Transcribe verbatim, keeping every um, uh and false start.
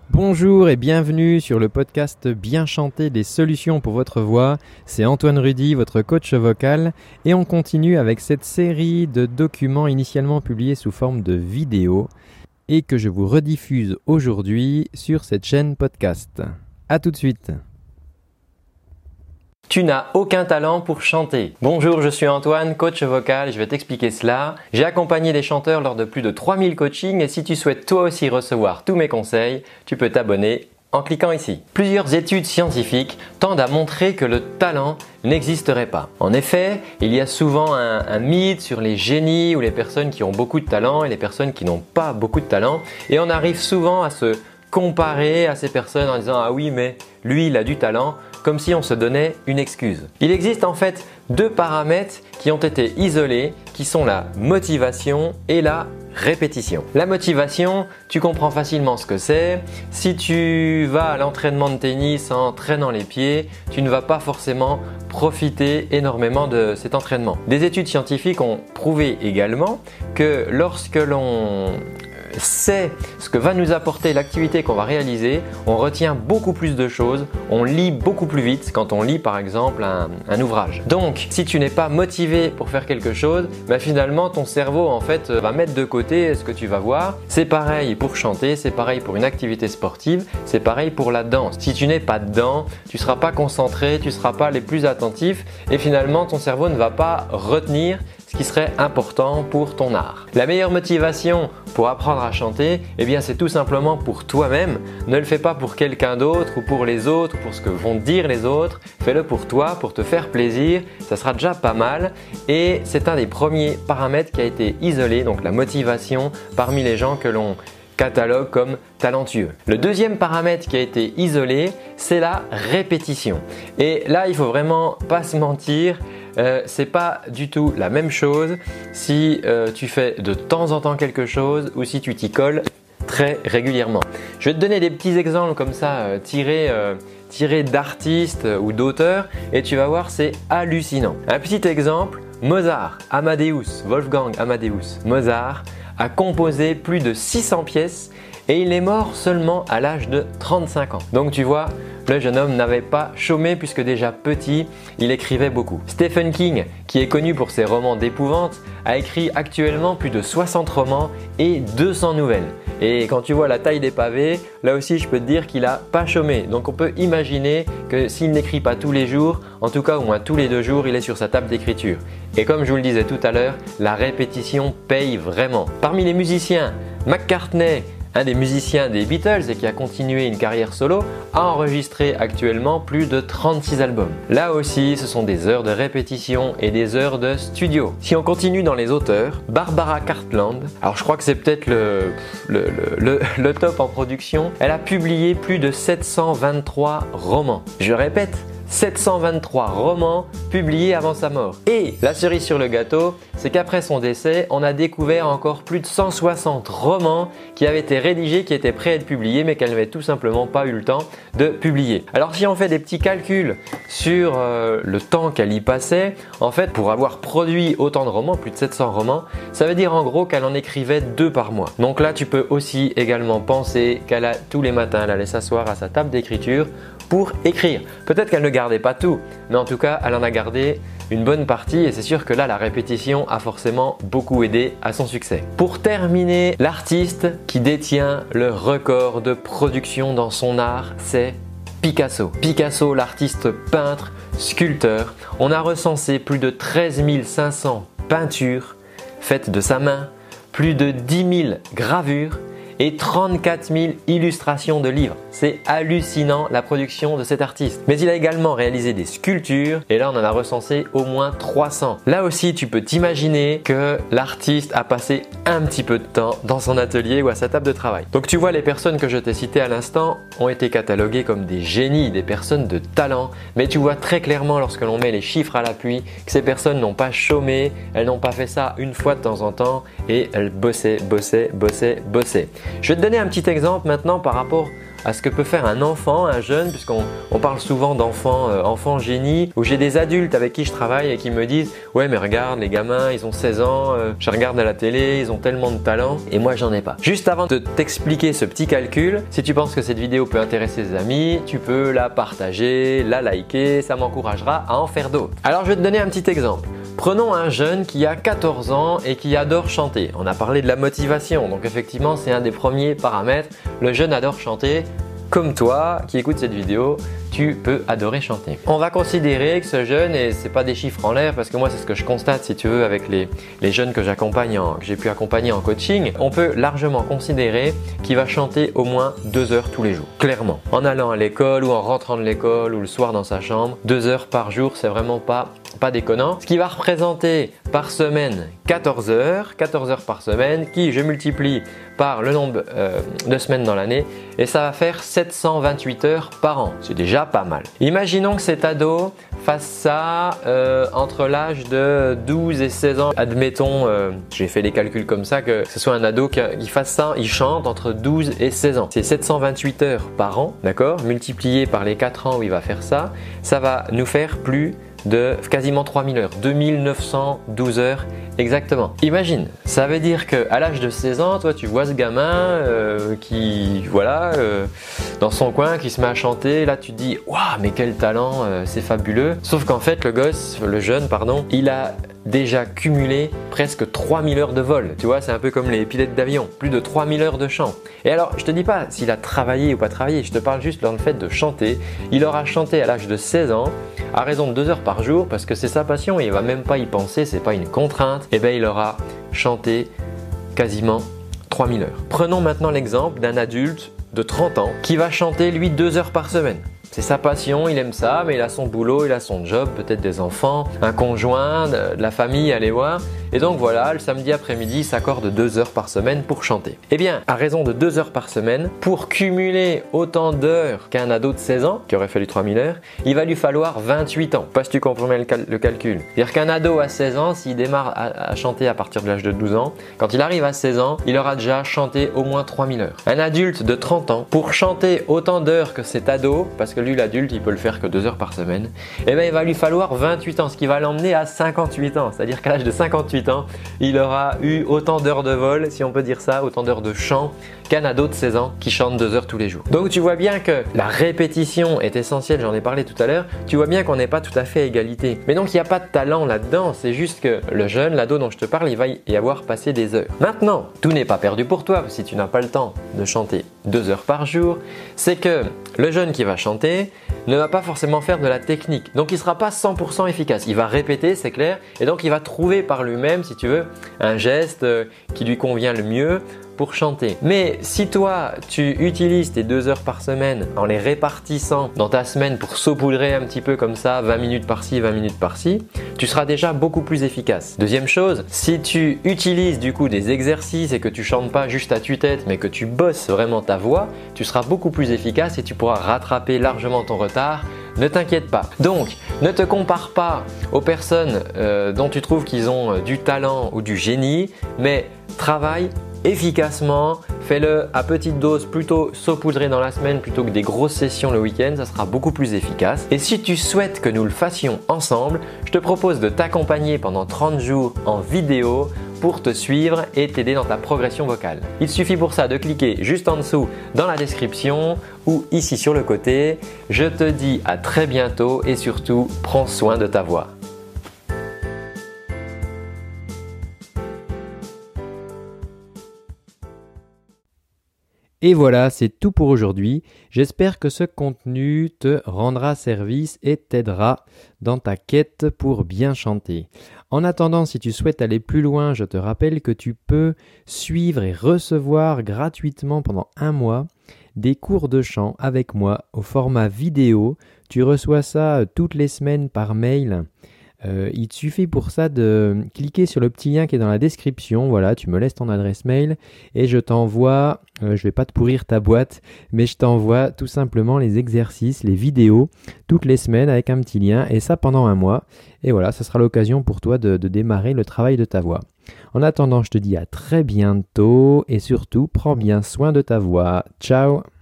Bonjour et bienvenue sur le podcast Bien chanter des solutions pour votre voix. C'est Antoine Rudy, votre coach vocal, et on continue avec cette série de documents initialement publiés sous forme de vidéo et que je vous rediffuse aujourd'hui sur cette chaîne podcast. À tout de suite. Tu n'as aucun talent pour chanter. Bonjour, je suis Antoine, coach vocal, je vais t'expliquer cela. J'ai accompagné des chanteurs lors de plus de trois mille coachings et si tu souhaites toi aussi recevoir tous mes conseils, tu peux t'abonner en cliquant ici. Plusieurs études scientifiques tendent à montrer que le talent n'existerait pas. En effet, il y a souvent un, un mythe sur les génies ou les personnes qui ont beaucoup de talent et les personnes qui n'ont pas beaucoup de talent et on arrive souvent à se comparer à ces personnes en disant « Ah oui, mais lui, il a du talent », comme si on se donnait une excuse. Il existe en fait deux paramètres qui ont été isolés, qui sont la motivation et la répétition. La motivation, tu comprends facilement ce que c'est. Si tu vas à l'entraînement de tennis en traînant les pieds, tu ne vas pas forcément profiter énormément de cet entraînement. Des études scientifiques ont prouvé également que lorsque l'on sait ce que va nous apporter l'activité qu'on va réaliser, on retient beaucoup plus de choses, on lit beaucoup plus vite quand on lit par exemple un, un ouvrage. Donc si tu n'es pas motivé pour faire quelque chose, bah finalement ton cerveau en fait va mettre de côté ce que tu vas voir. C'est pareil pour chanter, c'est pareil pour une activité sportive, c'est pareil pour la danse. Si tu n'es pas dedans, tu ne seras pas concentré, tu ne seras pas les plus attentifs et finalement ton cerveau ne va pas retenir ce qui serait important pour ton art. La meilleure motivation pour apprendre à chanter, eh bien c'est tout simplement pour toi-même. Ne le fais pas pour quelqu'un d'autre ou pour les autres ou pour ce que vont dire les autres. Fais-le pour toi, pour te faire plaisir. Ça sera déjà pas mal et c'est un des premiers paramètres qui a été isolé, donc la motivation parmi les gens que l'on catalogue comme talentueux. Le deuxième paramètre qui a été isolé, c'est la répétition. Et là, il faut vraiment pas se mentir. Euh, c'est pas du tout la même chose si euh, tu fais de temps en temps quelque chose ou si tu t'y colles très régulièrement. Je vais te donner des petits exemples comme ça euh, tirés, euh, tirés d'artistes ou d'auteurs et tu vas voir, c'est hallucinant. Un petit exemple, Mozart, Amadeus, Wolfgang Amadeus Mozart a composé plus de six cents pièces et il est mort seulement à l'âge de trente-cinq ans. Donc tu vois, le jeune homme n'avait pas chômé puisque déjà petit, il écrivait beaucoup. Stephen King, qui est connu pour ses romans d'épouvante, a écrit actuellement plus de soixante romans et deux cents nouvelles. Et quand tu vois la taille des pavés, là aussi je peux te dire qu'il n'a pas chômé. Donc on peut imaginer que s'il n'écrit pas tous les jours, en tout cas au moins tous les deux jours, il est sur sa table d'écriture. Et comme je vous le disais tout à l'heure, la répétition paye vraiment. Parmi les musiciens, McCartney, un des musiciens des Beatles et qui a continué une carrière solo, a enregistré actuellement plus de trente-six albums. Là aussi, ce sont des heures de répétition et des heures de studio. Si on continue dans les auteurs, Barbara Cartland, alors je crois que c'est peut-être le, le, le, le, le top en production, elle a publié plus de sept cent vingt-trois romans. Je répète, sept cent vingt-trois romans publiés avant sa mort. Et la cerise sur le gâteau, c'est qu'après son décès, on a découvert encore plus de cent soixante romans qui avaient été rédigés, qui étaient prêts à être publiés, mais qu'elle n'avait tout simplement pas eu le temps de publier. Alors si on fait des petits calculs sur euh, le temps qu'elle y passait, en fait pour avoir produit autant de romans, plus de sept cents romans, ça veut dire en gros qu'elle en écrivait deux par mois. Donc là tu peux aussi également penser qu'elle a tous les matins, elle allait s'asseoir à sa table d'écriture pour écrire. Peut-être qu'elle ne gardait pas tout, mais en tout cas, elle en a gardé une bonne partie et c'est sûr que là, la répétition a forcément beaucoup aidé à son succès. Pour terminer, l'artiste qui détient le record de production dans son art, c'est Picasso. Picasso, l'artiste peintre, sculpteur, on a recensé plus de treize mille cinq cents peintures faites de sa main, plus de dix mille gravures et trente-quatre mille illustrations de livres. C'est hallucinant la production de cet artiste. Mais il a également réalisé des sculptures et là on en a recensé au moins trois cents. Là aussi tu peux t'imaginer que l'artiste a passé un petit peu de temps dans son atelier ou à sa table de travail. Donc tu vois, les personnes que je t'ai citées à l'instant ont été cataloguées comme des génies, des personnes de talent. Mais tu vois très clairement lorsque l'on met les chiffres à l'appui que ces personnes n'ont pas chômé, elles n'ont pas fait ça une fois de temps en temps et elles bossaient, bossaient, bossaient, bossaient. Je vais te donner un petit exemple maintenant par rapport à ce que peut faire un enfant, un jeune, puisqu'on on parle souvent d'enfants, euh, enfants génie, où j'ai des adultes avec qui je travaille et qui me disent « Ouais mais regarde les gamins, ils ont seize ans, euh, je regarde à la télé, ils ont tellement de talent et moi j'en ai pas. » Juste avant de t'expliquer ce petit calcul, si tu penses que cette vidéo peut intéresser tes amis, tu peux la partager, la liker, ça m'encouragera à en faire d'autres. Alors je vais te donner un petit exemple. Prenons un jeune qui a quatorze ans et qui adore chanter. On a parlé de la motivation, donc effectivement c'est un des premiers paramètres. Le jeune adore chanter. Comme toi qui écoutes cette vidéo, tu peux adorer chanter. On va considérer que ce jeune, et ce n'est pas des chiffres en l'air parce que moi c'est ce que je constate si tu veux avec les, les jeunes que j'accompagne, en, que j'ai pu accompagner en coaching, on peut largement considérer qu'il va chanter au moins deux heures tous les jours. Clairement. En allant à l'école ou en rentrant de l'école ou le soir dans sa chambre, deux heures par jour, c'est vraiment pas pas déconnant. Ce qui va représenter par semaine quatorze heures, quatorze heures par semaine, qui je multiplie par le nombre euh, de semaines dans l'année et ça va faire sept cent vingt-huit heures par an. C'est déjà pas mal. Imaginons que cet ado fasse ça euh, entre l'âge de douze et seize ans. Admettons, euh, j'ai fait les calculs comme ça, que ce soit un ado qui, qui fasse ça, il chante entre douze et seize ans. C'est sept cent vingt-huit heures par an, d'accord? Multiplié par les quatre ans où il va faire ça, ça va nous faire plus de quasiment trois mille heures, deux mille neuf cent douze heures exactement. Imagine, ça veut dire qu'à l'âge de seize ans, toi tu vois ce gamin euh, qui, voilà, euh, dans son coin, qui se met à chanter, là tu te dis « Waouh, mais quel talent, euh, c'est fabuleux !» Sauf qu'en fait, le gosse, le jeune, pardon, il a déjà cumulé presque trois mille heures de vol. Tu vois, c'est un peu comme les pilotes d'avion, plus de trois mille heures de chant. Et alors, je te dis pas s'il a travaillé ou pas travaillé, je te parle juste dans le fait de chanter. Il aura chanté à l'âge de seize ans, à raison de deux heures par jour, parce que c'est sa passion et il va même pas y penser, c'est pas une contrainte. Et bien, il aura chanté quasiment trois mille heures. Prenons maintenant l'exemple d'un adulte de trente ans qui va chanter lui deux heures par semaine. C'est sa passion, il aime ça, mais il a son boulot, il a son job, peut-être des enfants, un conjoint, de la famille à aller voir. Et donc voilà, le samedi après-midi, il s'accorde deux heures par semaine pour chanter. Eh bien, à raison de deux heures par semaine, pour cumuler autant d'heures qu'un ado de seize ans, qui aurait fallu trois mille heures, il va lui falloir vingt-huit ans. Pas si tu comprends bien le, cal le calcul. C'est-à-dire qu'un ado à seize ans, s'il démarre à, à chanter à partir de l'âge de douze ans, quand il arrive à seize ans, il aura déjà chanté au moins trois mille heures. Un adulte de trente ans, pour chanter autant d'heures que cet ado, parce que lui l'adulte il peut le faire que deux heures par semaine, eh bien il va lui falloir vingt-huit ans, ce qui va l'emmener à cinquante-huit ans, c'est à dire qu'à l'âge de cinquante-huit ans il aura eu autant d'heures de vol, si on peut dire ça, autant d'heures de chant qu'un ado de seize ans qui chante deux heures tous les jours. Donc tu vois bien que la répétition est essentielle, j'en ai parlé tout à l'heure, tu vois bien qu'on n'est pas tout à fait à égalité, mais donc il n'y a pas de talent là-dedans, c'est juste que le jeune, l'ado dont je te parle, il va y avoir passé des heures. Maintenant, tout n'est pas perdu pour toi si tu n'as pas le temps de chanter deux heures par jour, c'est que le jeune qui va chanter ne va pas forcément faire de la technique. Donc il ne sera pas cent pour cent efficace. Il va répéter, c'est clair, et donc il va trouver par lui-même, si tu veux, un geste qui lui convient le mieux pour chanter. Mais si toi, tu utilises tes deux heures par semaine en les répartissant dans ta semaine pour saupoudrer un petit peu comme ça, vingt minutes par-ci, vingt minutes par-ci, tu seras déjà beaucoup plus efficace. Deuxième chose, si tu utilises du coup des exercices et que tu chantes pas juste à tue-tête, mais que tu bosses vraiment ta voix, tu seras beaucoup plus efficace et tu pourras rattraper largement ton retard. Ne t'inquiète pas. Donc, ne te compare pas aux personnes euh, dont tu trouves qu'ils ont du talent ou du génie, mais travaille efficacement, fais-le à petite dose, plutôt saupoudré dans la semaine plutôt que des grosses sessions le week-end, ça sera beaucoup plus efficace. Et si tu souhaites que nous le fassions ensemble, je te propose de t'accompagner pendant trente jours en vidéo pour te suivre et t'aider dans ta progression vocale. Il suffit pour ça de cliquer juste en dessous dans la description ou ici sur le côté. Je te dis à très bientôt et surtout, prends soin de ta voix. Et voilà, c'est tout pour aujourd'hui. J'espère que ce contenu te rendra service et t'aidera dans ta quête pour bien chanter. En attendant, si tu souhaites aller plus loin, je te rappelle que tu peux suivre et recevoir gratuitement pendant un mois des cours de chant avec moi au format vidéo. Tu reçois ça toutes les semaines par mail. Euh, il te suffit pour ça de cliquer sur le petit lien qui est dans la description. Voilà, tu me laisses ton adresse mail et je t'envoie, euh, je vais pas te pourrir ta boîte, mais je t'envoie tout simplement les exercices, les vidéos toutes les semaines avec un petit lien et ça pendant un mois. Et voilà, ça sera l'occasion pour toi de, de démarrer le travail de ta voix. En attendant, je te dis à très bientôt et surtout, prends bien soin de ta voix. Ciao!